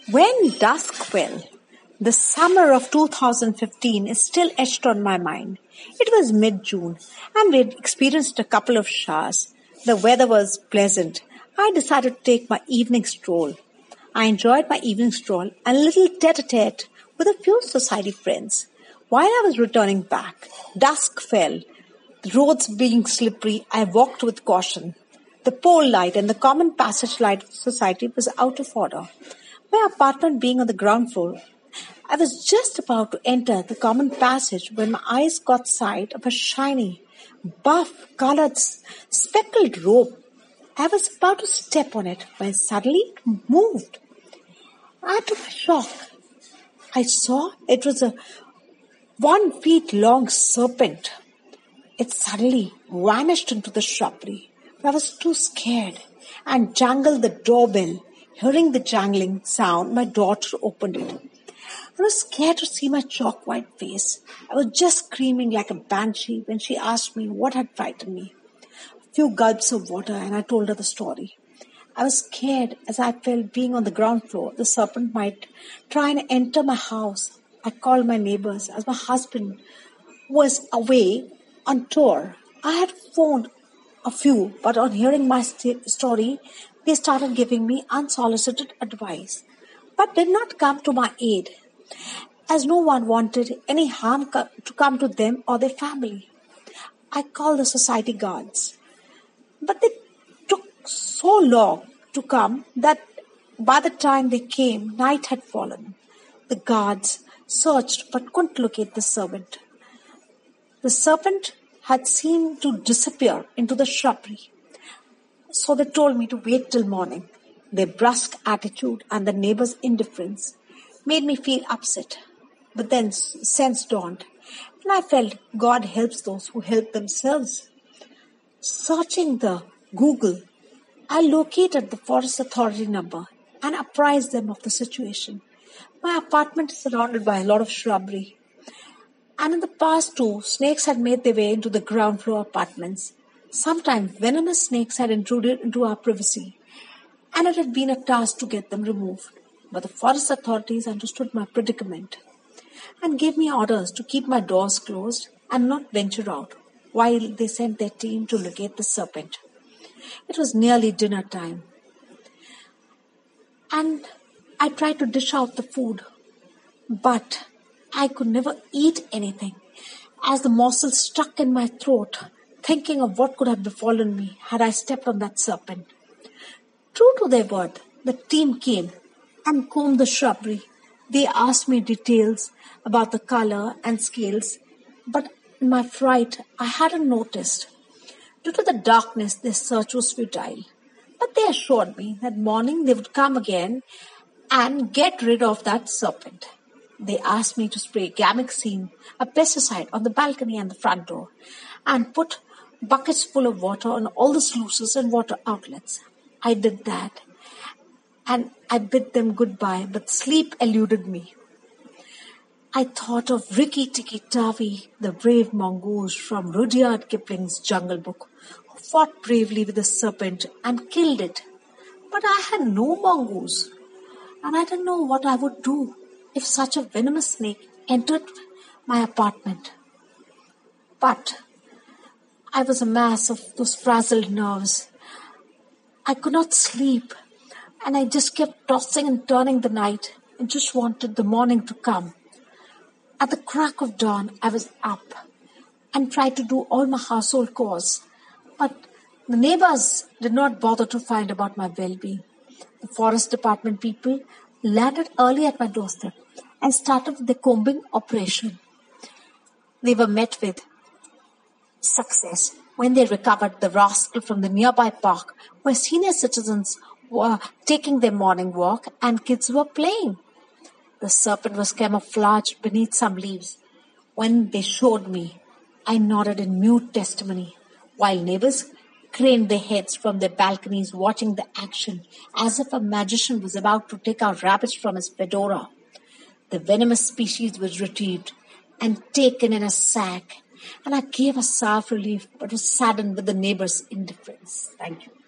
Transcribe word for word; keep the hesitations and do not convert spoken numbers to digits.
When dusk fell, the summer of two thousand fifteen is still etched on my mind. It was mid-June, and we had experienced a couple of showers. The weather was pleasant. I decided to take my evening stroll. I enjoyed my evening stroll and a little tete-a-tete with a few society friends. While I was returning back, dusk fell. The roads being slippery, I walked with caution. The pole light and the common passage light of society was out of order. My apartment being on the ground floor, I was just about to enter the common passage when my eyes caught sight of a shiny, buff-colored, speckled robe. I was about to step on it when suddenly it moved. I took a shock. I saw it was a one feet long serpent. It suddenly vanished into the shrubbery. I was too scared and jangled the doorbell. Hearing the jangling sound, my daughter opened it. I was scared to see my chalk white face. I was just screaming like a banshee when she asked me what had frightened me. A few gulps of water and I told her the story. I was scared as I felt being on the ground floor, the serpent might try and enter my house. I called my neighbors as my husband was away on tour. I had phoned a few, but on hearing my st- story, they started giving me unsolicited advice, but did not come to my aid, as no one wanted any harm co- to come to them or their family. I called the society guards, but they took so long to come that by the time they came, night had fallen. The guards searched but couldn't locate the serpent. The serpent had seemed to disappear into the shrubbery. So they told me to wait till morning. Their brusque attitude and the neighbors' indifference made me feel upset. But then sense dawned, and I felt God helps those who help themselves. Searching the Google, I located the Forest Authority number and apprised them of the situation. My apartment is surrounded by a lot of shrubbery, and in the past too, snakes had made their way into the ground floor apartments. Sometimes venomous snakes had intruded into our privacy, and it had been a task to get them removed. But the forest authorities understood my predicament and gave me orders to keep my doors closed and not venture out while they sent their team to locate the serpent. It was nearly dinner time, and I tried to dish out the food, but I could never eat anything as the morsel stuck in my throat, thinking of what could have befallen me had I stepped on that serpent. True to their word, the team came and combed the shrubbery. They asked me details about the color and scales, but in my fright, I hadn't noticed. Due to the darkness, their search was futile. But they assured me that morning they would come again and get rid of that serpent. They asked me to spray gamexine, a pesticide, on the balcony and the front door, and put buckets full of water on all the sluices and water outlets. I did that, and I bid them goodbye, but sleep eluded me. I thought of Rikki Tikki Tavi, the brave mongoose from Rudyard Kipling's Jungle Book, who fought bravely with the serpent and killed it. But I had no mongoose, and I didn't know what I would do if such a venomous snake entered my apartment. But I was a mass of those frazzled nerves. I could not sleep, and I just kept tossing and turning the night and just wanted the morning to come. At the crack of dawn, I was up and tried to do all my household chores, but the neighbors did not bother to find about my well-being. The forest department people landed early at my doorstep and started the combing operation. They were met with success when they recovered the rascal from the nearby park where senior citizens were taking their morning walk and kids were playing. The serpent was camouflaged beneath some leaves. When they showed me, I nodded in mute testimony, while neighbors craned their heads from their balconies watching the action as if a magician was about to take out rabbits from his fedora. The venomous species was retrieved and taken in a sack, and I gave a sigh of relief but was saddened with the neighbors' indifference. Thank you.